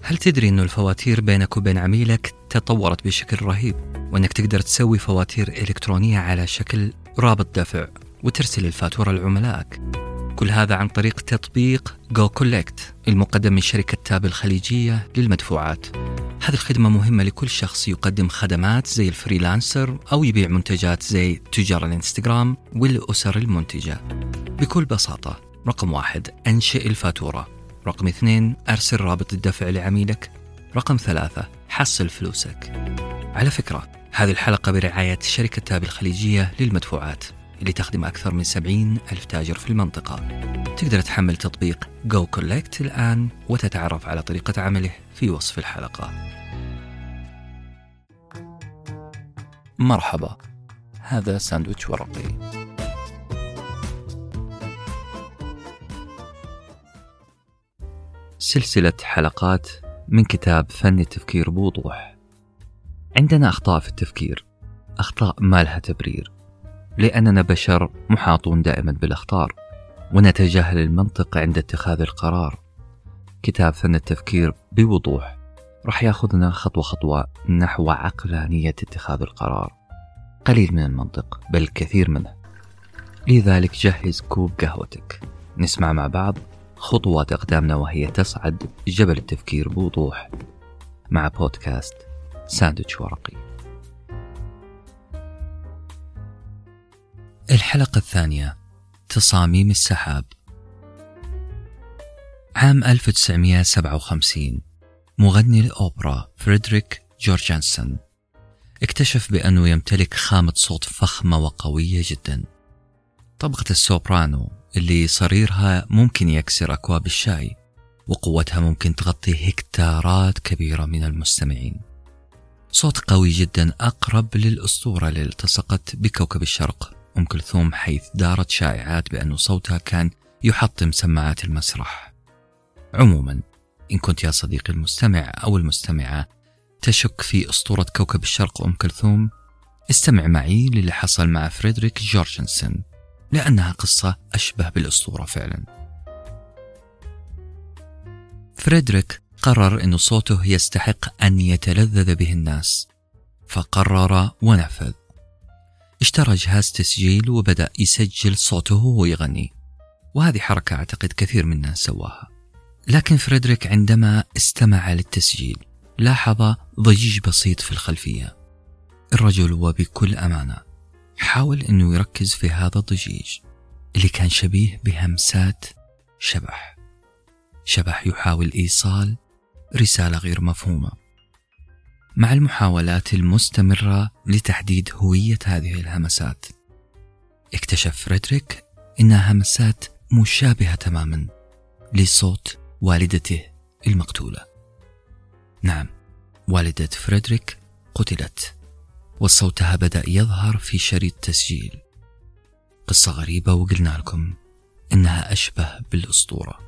هل تدري أنه الفواتير بينك وبين عميلك تطورت بشكل رهيب، وأنك تقدر تسوي فواتير إلكترونية على شكل رابط دفع وترسل الفاتورة لعملائك؟ كل هذا عن طريق تطبيق Go Collect المقدم من شركة تاب الخليجية للمدفوعات. هذه الخدمة مهمة لكل شخص يقدم خدمات زي الفريلانسر أو يبيع منتجات زي تجار الانستغرام والأسر المنتجة. بكل بساطة، رقم 1 أنشئ الفاتورة، رقم 2 أرسل رابط الدفع لعميلك، رقم 3 حصل فلوسك. على فكرة، هذه الحلقة برعاية شركة تاب الخليجية للمدفوعات اللي تخدم أكثر من 70,000 تاجر في المنطقة. تقدر تحمل تطبيق Go Collect الآن وتتعرف على طريقة عمله في وصف الحلقة. مرحبا، هذا ساندويتش ورقي. سلسلة حلقات من كتاب فن التفكير بوضوح. عندنا أخطاء في التفكير، أخطاء ما لها تبرير، لأننا بشر محاطون دائما بالأخطار ونتجاهل المنطق عند اتخاذ القرار. كتاب فن التفكير بوضوح رح ياخذنا خطوة خطوة نحو عقلانية اتخاذ القرار، قليل من المنطق بل كثير منه. لذلك جهز كوب قهوتك، نسمع مع بعض خطوات أقدامنا وهي تصعد جبل التفكير بوضوح مع بودكاست ساندويتش ورقي. الحلقة الثانية، تصاميم السحاب. عام 1957 مغني الأوبرا فريدريك جورجانسون اكتشف بأنه يمتلك خامة صوت فخمة وقوية جدا. طبقة السوبرانو اللي صريرها ممكن يكسر أكواب الشاي وقوتها ممكن تغطي هكتارات كبيرة من المستمعين. صوت قوي جدا أقرب للأسطورة اللي التصقت بكوكب الشرق أم كلثوم، حيث دارت شائعات بأن صوتها كان يحطم سماعات المسرح. عموما، إن كنت يا صديقي المستمع أو المستمعة تشك في أسطورة كوكب الشرق أم كلثوم، استمع معي للي حصل مع فريدريك جورجانسون، لأنها قصة أشبه بالأسطورة فعلا. فريدريك قرر أن صوته يستحق أن يتلذذ به الناس، فقرر ونفذ. اشترى جهاز تسجيل وبدأ يسجل صوته وهو يغني، وهذه حركة أعتقد كثير من الناس سواها. لكن فريدريك عندما استمع للتسجيل لاحظ ضجيج بسيط في الخلفية. الرجل وبكل أمانة حاول أنه يركز في هذا الضجيج اللي كان شبيه بهمسات شبح يحاول إيصال رسالة غير مفهومة. مع المحاولات المستمرة لتحديد هوية هذه الهمسات، اكتشف فريدريك إنها همسات مشابهة تماما لصوت والدته المقتولة. نعم، والدة فريدريك قتلت وصوتها بدأ يظهر في شريط تسجيل. قصة غريبة، وقلنا لكم إنها أشبه بالأسطورة.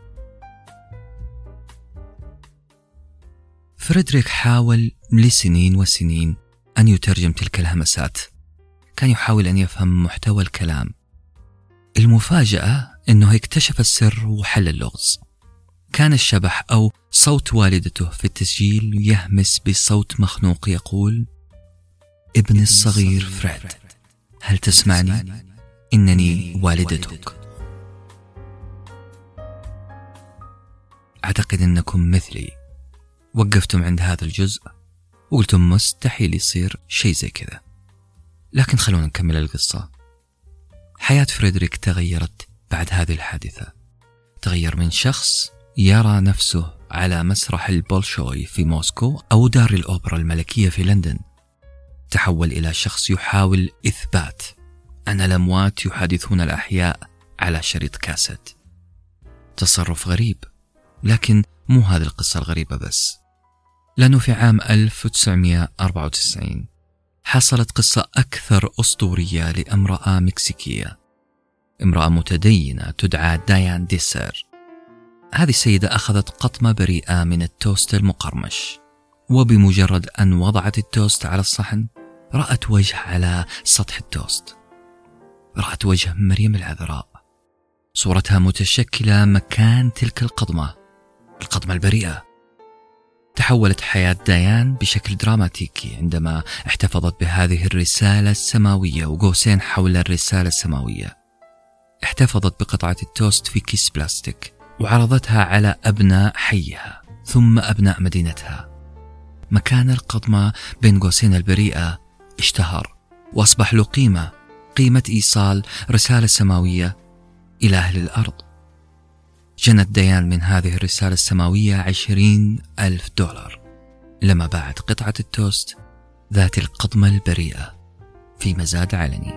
فريدريك حاول لسنين وسنين أن يترجم تلك الهمسات، كان يحاول أن يفهم محتوى الكلام. المفاجأة أنه اكتشف السر وحل اللغز. كان الشبح أو صوت والدته في التسجيل يهمس بصوت مخنوق يقول: ابن الصغير فريد، هل تسمعني؟ إنني والدتك. أعتقد أنكم مثلي وقفتم عند هذا الجزء وقلتم مستحيل يصير شيء زي كذا. لكن خلونا نكمل القصة. حياة فريدريك تغيرت بعد هذه الحادثة. تغير من شخص يرى نفسه على مسرح البولشوي في موسكو أو دار الأوبرا الملكية في لندن، تحول إلى شخص يحاول إثبات أن الأموات يحادثون الأحياء على شريط كاسيت. تصرف غريب، لكن مو هذه القصة الغريبة بس، لأنه في عام 1994 حصلت قصة أكثر أسطورية لامرأة مكسيكية، امرأة متدينة تدعى ديان ديسير. هذه السيدة أخذت قطمة بريئة من التوست المقرمش، وبمجرد أن وضعت التوست على الصحن رأت وجه على سطح التوست، رأت وجه مريم العذراء، صورتها متشكلة مكان تلك القطمة البريئة. تحولت حياة ديان بشكل دراماتيكي عندما احتفظت بهذه الرسالة السماوية، وقوسين حول الرسالة السماوية. احتفظت بقطعة التوست في كيس بلاستيك وعرضتها على أبناء حيها ثم أبناء مدينتها. مكان القضمة بين قوسين البريئة اشتهر وأصبح له قيمة إيصال رسالة سماوية إلى أهل الأرض. جنت ديان من هذه الرسالة السماوية 20,000 دولار لما باعت قطعة التوست ذات القضمة البريئة في مزاد علني.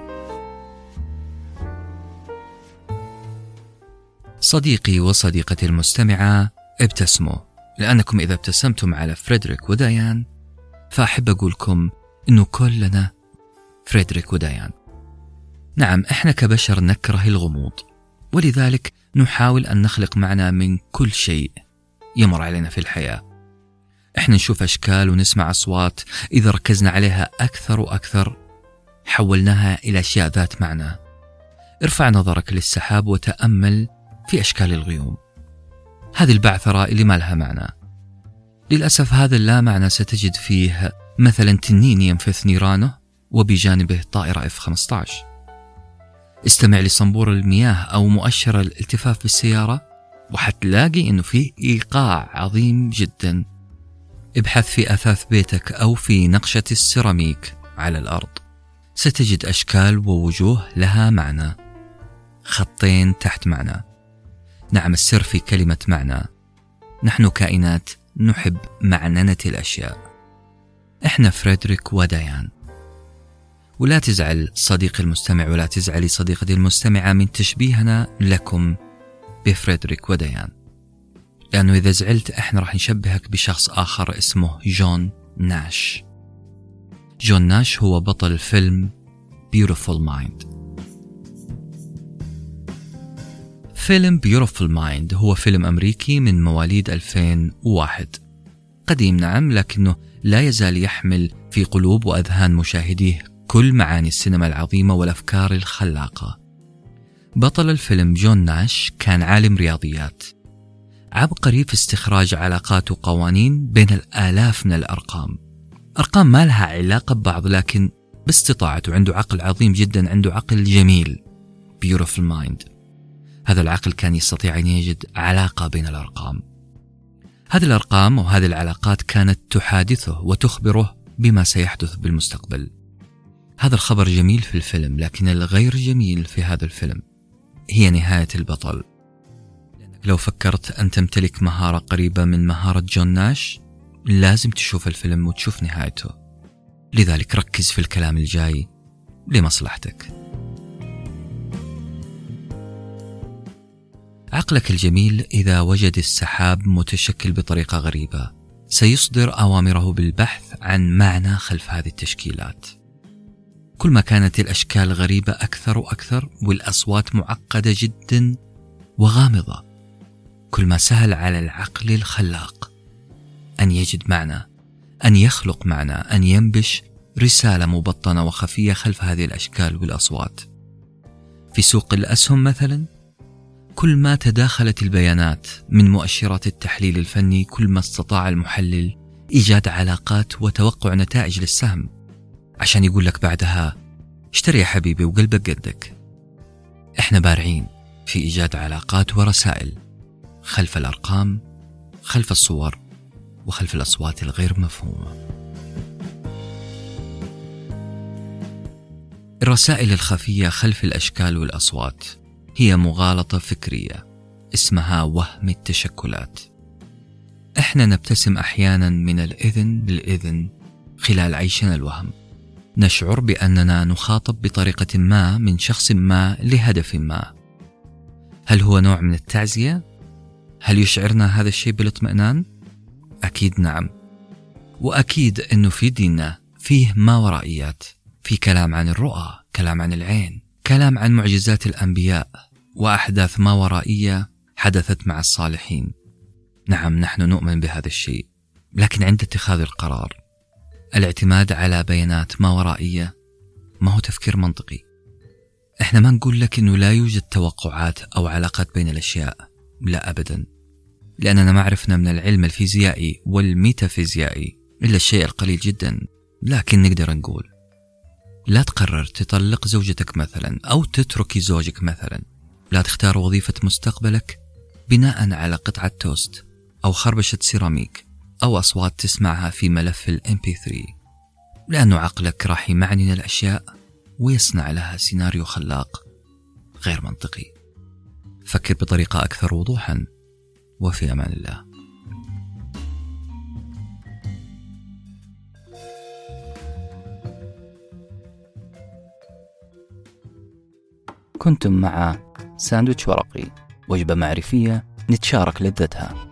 صديقي وصديقتي المستمعة، ابتسموا، لأنكم إذا ابتسمتم على فريدريك وديان فأحب أقولكم إنه كلنا فريدريك وديان. نعم، إحنا كبشر نكره الغموض، ولذلك نحاول أن نخلق معنى من كل شيء يمر علينا في الحياة. إحنا نشوف أشكال ونسمع أصوات، إذا ركزنا عليها أكثر وأكثر حولناها إلى أشياء ذات معنى. ارفع نظرك للسحاب وتأمل في أشكال الغيوم، هذه البعثرة اللي ما لها معنى. للأسف هذا اللا معنى ستجد فيه مثلا تنين ينفث نيرانه وبجانبه طائرة F-15. استمع لصنبور المياه أو مؤشر الالتفاف بالسيارة وحتلاقي إنه فيه إيقاع عظيم جدا. ابحث في أثاث بيتك أو في نقشة السيراميك على الأرض، ستجد أشكال ووجوه لها معنى، خطين تحت معنى. نعم، السر في كلمة معنى. نحن كائنات نحب معننة الأشياء. إحنا فريدريك وديان. ولا تزعل صديقي المستمع ولا تزعلي صديقتي المستمعة من تشبيهنا لكم بفريدريك وديان، لأنه إذا زعلت إحنا راح نشبهك بشخص آخر اسمه جون ناش. جون ناش هو بطل فيلم Beautiful Mind. فيلم Beautiful Mind هو فيلم أمريكي من مواليد 2001، قديم نعم، لكنه لا يزال يحمل في قلوب وأذهان مشاهديه كل معاني السينما العظيمة والأفكار الخلاقة. بطل الفيلم جون ناش كان عالم رياضيات عبقري في استخراج علاقات وقوانين بين الآلاف من الأرقام، أرقام ما لها علاقة ببعض، لكن باستطاعته عنده عقل عظيم جدا، عنده عقل جميل Beautiful Mind. هذا العقل كان يستطيع أن يجد علاقة بين الأرقام. هذه الأرقام وهذه العلاقات كانت تحادثه وتخبره بما سيحدث بالمستقبل. هذا الخبر جميل في الفيلم، لكن الغير جميل في هذا الفيلم هي نهاية البطل. لأنك لو فكرت أن تمتلك مهارة قريبة من مهارة جون ناش لازم تشوف الفيلم وتشوف نهايته. لذلك ركز في الكلام الجاي لمصلحتك. عقلك الجميل إذا وجد السحاب متشكل بطريقة غريبة سيصدر أوامره بالبحث عن معنى خلف هذه التشكيلات. كل ما كانت الأشكال غريبة أكثر وأكثر والأصوات معقدة جدا وغامضة، كل ما سهل على العقل الخلاق أن يجد معنى، أن يخلق معنى، أن ينبش رسالة مبطنة وخفية خلف هذه الأشكال والأصوات. في سوق الأسهم مثلا، كل ما تداخلت البيانات من مؤشرات التحليل الفني كل ما استطاع المحلل إيجاد علاقات وتوقع نتائج للسهم، عشان يقول لك بعدها اشتري يا حبيبي وقلبك قدك. احنا بارعين في إيجاد علاقات ورسائل خلف الأرقام، خلف الصور، وخلف الأصوات الغير مفهومة. الرسائل الخفية خلف الأشكال والأصوات هي مغالطة فكرية اسمها وهم التشكلات. احنا نبتسم أحيانا من الإذن للإذن خلال عيشنا الوهم، نشعر بأننا نخاطب بطريقة ما من شخص ما لهدف ما. هل هو نوع من التعزية؟ هل يشعرنا هذا الشيء بالاطمئنان؟ أكيد نعم. وأكيد أنه في ديننا فيه ما ورائيات، في كلام عن الرؤى، كلام عن العين، كلام عن معجزات الأنبياء وأحداث ما ورائية حدثت مع الصالحين. نعم، نحن نؤمن بهذا الشيء، لكن عند اتخاذ القرار الاعتماد على بيانات ما ورائية ما هو تفكير منطقي. احنا ما نقول لك انه لا يوجد توقعات او علاقات بين الاشياء، لا ابدا. لأننا ما عرفنا من العلم الفيزيائي والميتافيزيائي إلا الشيء القليل جدا. لكن نقدر نقول لا تقرر تطلق زوجتك مثلا أو تتركي زوجك مثلا. لا تختار وظيفة مستقبلك بناء على قطعة توست أو خربشة سيراميك أو أصوات تسمعها في ملف MP3، لأنه عقلك راح يمعنن الأشياء ويصنع لها سيناريو خلاق غير منطقي. فكر بطريقة أكثر وضوحا، وفي أمان الله. كنتم مع ساندويتش ورقي، وجبة معرفية نتشارك لذتها.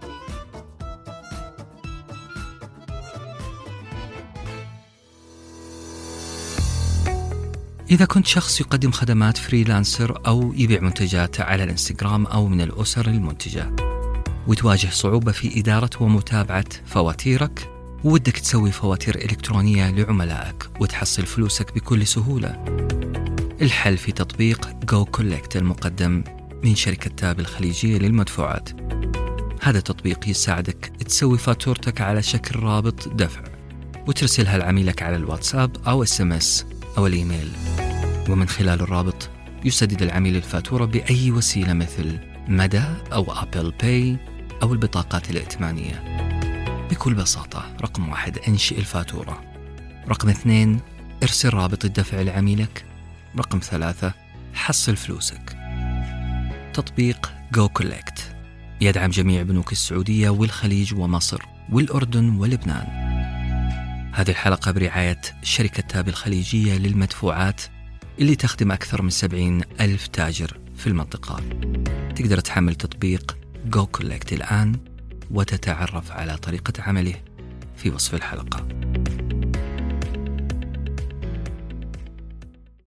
إذا كنت شخص يقدم خدمات فريلانسر أو يبيع منتجات على الانستغرام أو من الأسر المنتجة، وتواجه صعوبة في إدارة ومتابعة فواتيرك، وودك تسوي فواتير إلكترونية لعملائك وتحصل فلوسك بكل سهولة، الحل في تطبيق Go Collect المقدم من شركة تاب الخليجية للمدفوعات. هذا التطبيق يساعدك تسوي فاتورتك على شكل رابط دفع وترسلها لعميلك على الواتساب أو SMS أو الإيميل، ومن خلال الرابط يسدد العميل الفاتورة بأي وسيلة مثل مدى أو أبل باي أو البطاقات الائتمانية. بكل بساطة، رقم 1 انشئ الفاتورة، رقم 2 ارسل رابط الدفع لعميلك، رقم 3 حصل فلوسك. تطبيق Go Collect يدعم جميع بنوك السعودية والخليج ومصر والأردن ولبنان. هذه الحلقة برعاية شركة تاب الخليجية للمدفوعات اللي تخدم أكثر من 70,000 تاجر في المنطقة. تقدر تحمل تطبيق Go Collect الآن وتتعرف على طريقة عمله في وصف الحلقة.